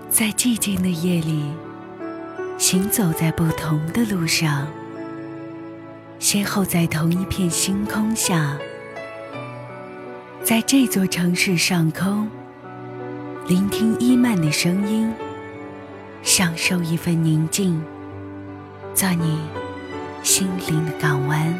在寂静的夜里，行走在不同的路上，邂逅在同一片星空下，在这座城市上空，聆听伊曼的声音，享受一份宁静，做你心灵的港湾。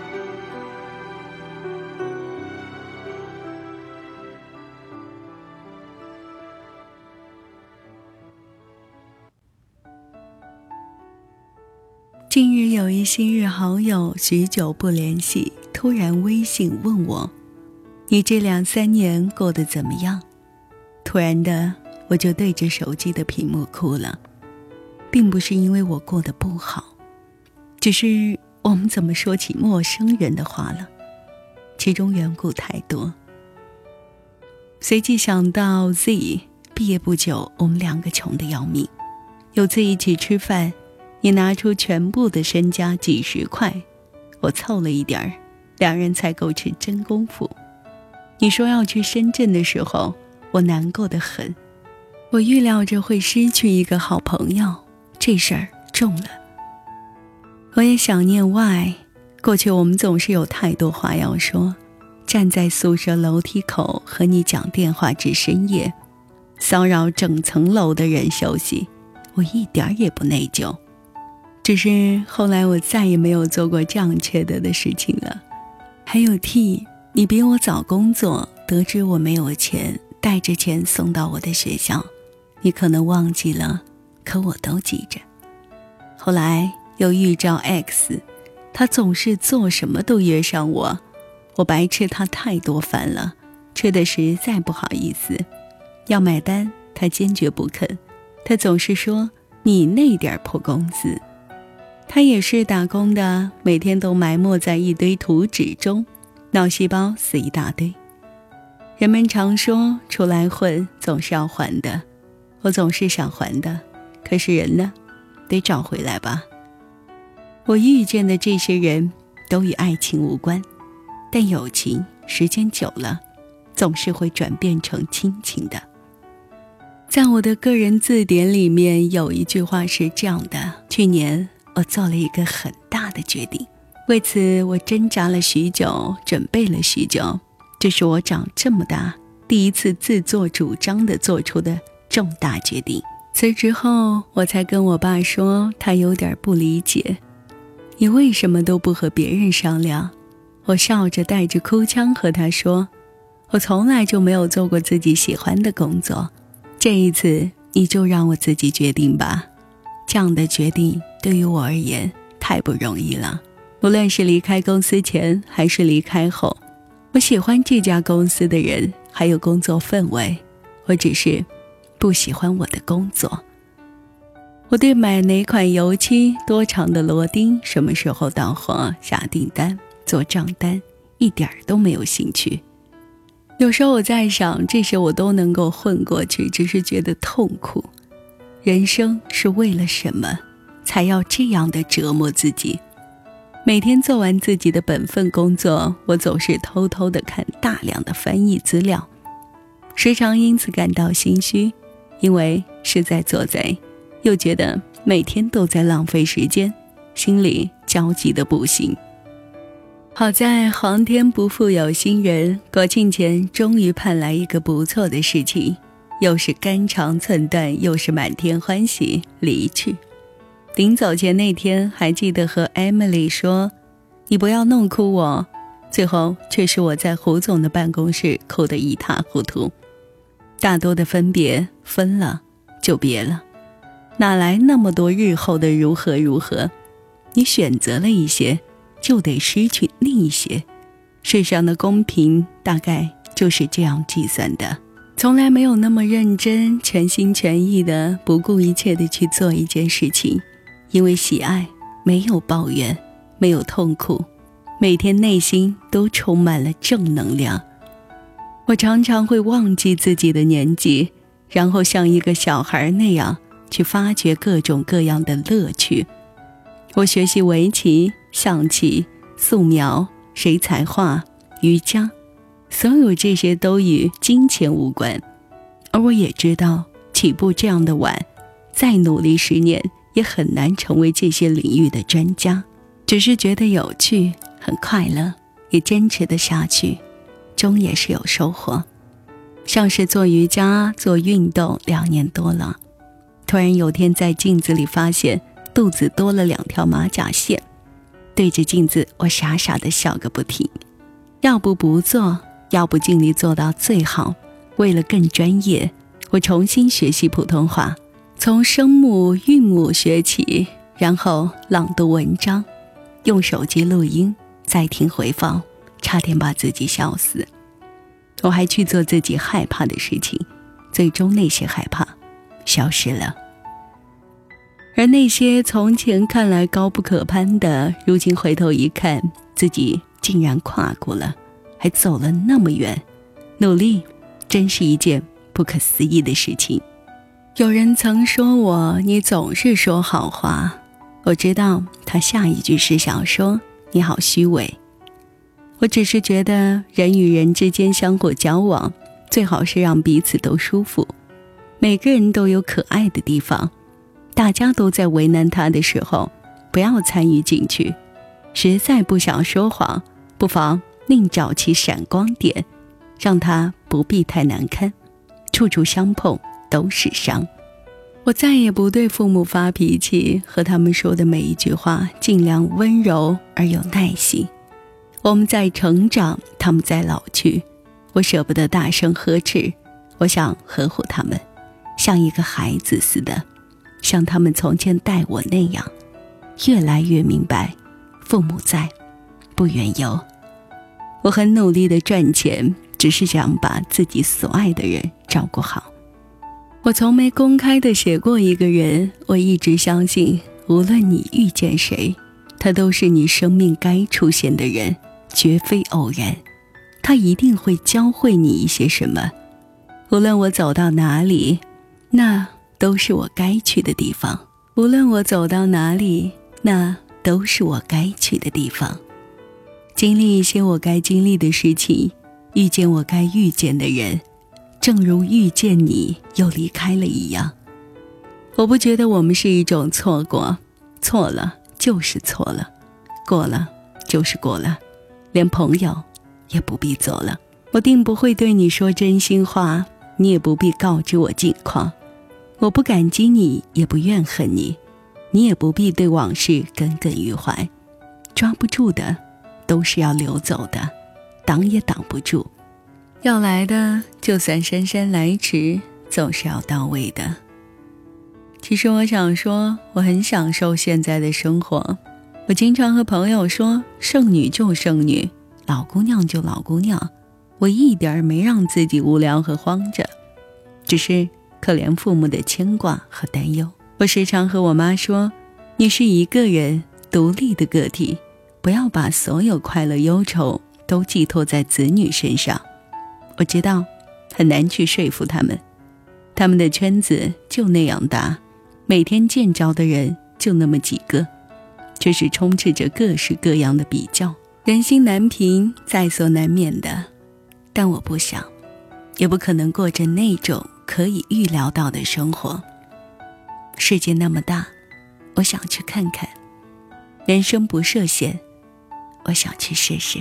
近日有一昔日好友，许久不联系，突然微信问我，你这2-3年过得怎么样？突然的，我就对着手机的屏幕哭了，并不是因为我过得不好，只是我们怎么说起陌生人的话了，其中缘故太多。随即想到 Z 毕业不久，我们2个穷得要命，有次一起吃饭，你拿出全部的身家几十块，我凑了一点儿，2人才够吃真功夫。你说要去深圳的时候，我难过得很，我预料着会失去一个好朋友，这事儿重了。我也想念 Y， 过去我们总是有太多话要说，站在宿舍楼梯口和你讲电话至深夜，骚扰整层楼的人休息，我一点也不内疚。只是后来我再也没有做过这样缺德的事情了。还有 T， 你比我早工作，得知我没有钱，带着钱送到我的学校，你可能忘记了，可我都记着。后来又遇着 X， 他总是做什么都约上我，我白吃他太多饭了，吃的实在不好意思，要买单他坚决不肯，他总是说你那点破工资。他也是打工的，每天都埋没在一堆图纸中，脑细胞死一大堆。人们常说出来混总是要还的，我总是想还的，可是人呢，得找回来吧。我遇见的这些人都与爱情无关，但友情时间久了总是会转变成亲情的。在我的个人字典里面有一句话是这样的，去年我做了一个很大的决定，为此我挣扎了许久，准备了许久，这是我长这么大第一次自作主张地做出的重大决定。辞职后我才跟我爸说，他有点不理解，你为什么都不和别人商量？我笑着带着哭腔和他说，我从来就没有做过自己喜欢的工作，这一次你就让我自己决定吧。这样的决定对于我而言太不容易了，无论是离开公司前还是离开后，我喜欢这家公司的人还有工作氛围，我只是不喜欢我的工作。我对买哪款油漆、多长的螺钉、什么时候到货、下订单、做账单一点都没有兴趣。有时候我在想，这些我都能够混过去，只是觉得痛苦。人生是为了什么才要这样的折磨自己？每天做完自己的本分工作，我总是偷偷地看大量的翻译资料，时常因此感到心虚，因为是在做贼，又觉得每天都在浪费时间，心里焦急得不行。好在皇天不负有心人，国庆前终于盼来一个不错的事情，又是肝肠寸断，又是满天欢喜，离去。临走前那天还记得和 Emily 说，你不要弄哭我，最后却是我在胡总的办公室哭得一塌糊涂。大多的分别，分了就别了，哪来那么多日后的如何如何？你选择了一些，就得失去另一些，世上的公平大概就是这样计算的。从来没有那么认真、全心全意的、不顾一切的去做一件事情，因为喜爱没有抱怨，没有痛苦，每天内心都充满了正能量。我常常会忘记自己的年纪，然后像一个小孩那样去发掘各种各样的乐趣。我学习围棋、象棋、素描、水彩画、瑜伽，所有这些都与金钱无关，而我也知道其起步这样的晚，再努力10年也很难成为这些领域的专家，只是觉得有趣，很快乐，也坚持得下去，终也是有收获。像是做瑜伽做运动2年多了，突然有天在镜子里发现肚子多了2条马甲线，对着镜子我傻傻地笑个不停。要不不做，要不尽力做到最好。为了更专业，我重新学习普通话，从声母韵母学起，然后朗读文章，用手机录音，再听回放，差点把自己笑死。我还去做自己害怕的事情，最终那些害怕消失了。而那些从前看来高不可攀的，如今回头一看，自己竟然跨过了，还走了那么远。努力真是一件不可思议的事情。有人曾说我，你总是说好话，我知道他下一句是想说你好虚伪。我只是觉得人与人之间相互交往，最好是让彼此都舒服。每个人都有可爱的地方，大家都在为难他的时候，不要参与进去。实在不想说谎，不妨另找其闪光点，让他不必太难堪。处处相碰都是伤。我再也不对父母发脾气，和他们说的每一句话尽量温柔而有耐心。我们在成长，他们在老去，我舍不得大声呵斥，我想呵护他们，像一个孩子似的，像他们从前待我那样。越来越明白，父母在，不远游。我很努力地赚钱，只是想把自己所爱的人照顾好。我从没公开地写过一个人，我一直相信，无论你遇见谁，他都是你生命该出现的人，绝非偶然。他一定会教会你一些什么。无论我走到哪里，那都是我该去的地方。无论我走到哪里，那都是我该去的地方。经历一些我该经历的事情，遇见我该遇见的人，正如遇见你又离开了一样。我不觉得我们是一种错过，错了就是错了，过了就是过了，连朋友也不必做了。我定不会对你说真心话，你也不必告知我近况。我不感激你，也不怨恨你，你也不必对往事耿耿于怀。抓不住的都是要流走的，挡也挡不住。要来的就算姗姗来迟，总是要到位的。其实我想说，我很享受现在的生活。我经常和朋友说，剩女就剩女，老姑娘就老姑娘，我一点没让自己无聊和慌着，只是可怜父母的牵挂和担忧。我时常和我妈说，你是一个人独立的个体，不要把所有快乐忧愁都寄托在子女身上。我知道很难去说服他们，他们的圈子就那样大，每天见着的人就那么几个，却是充斥着各式各样的比较，人心难平，在所难免的。但我不想，也不可能过着那种可以预料到的生活。世界那么大，我想去看看。人生不设限，我想去试试。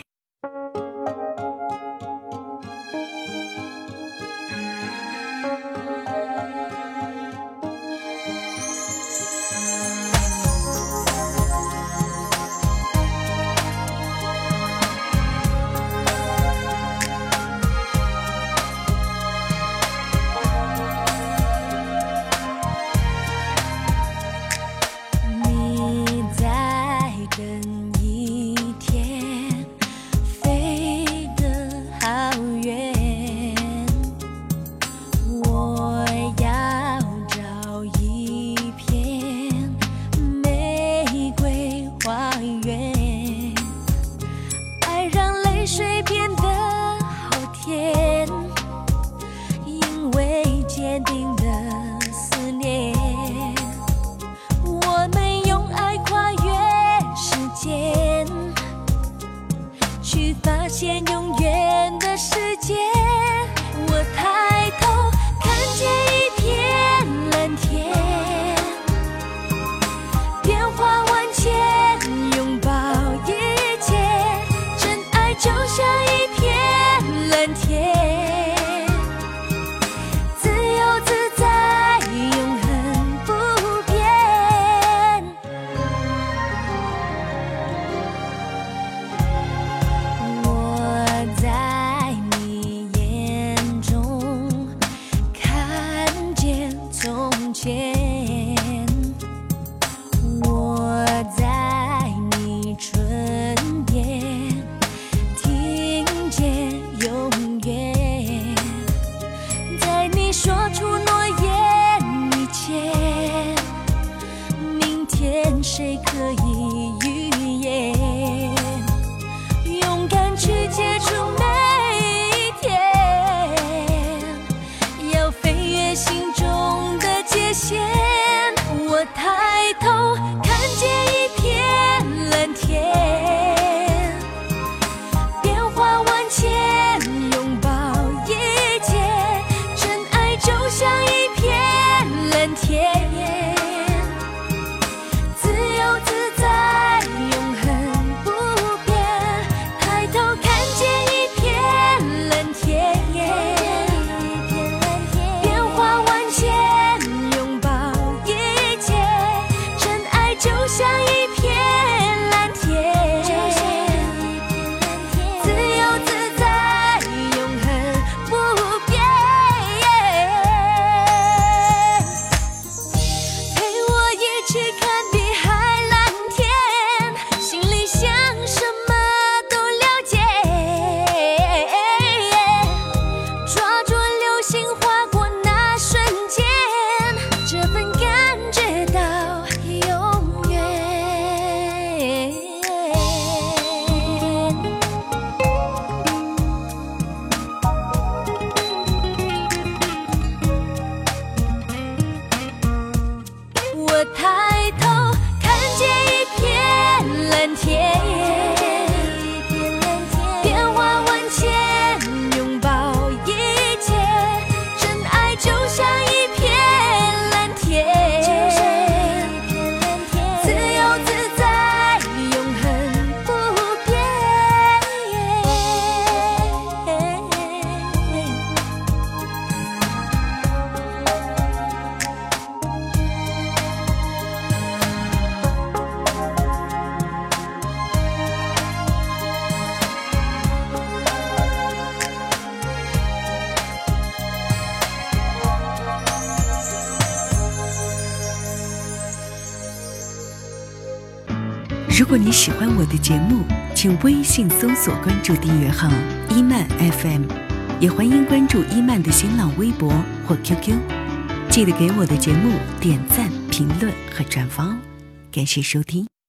如果你喜欢我的节目，请微信搜索关注订阅号伊曼 FM， 也欢迎关注伊曼的新浪微博或 QQ。 记得给我的节目点赞、评论和转发哦，感谢收听。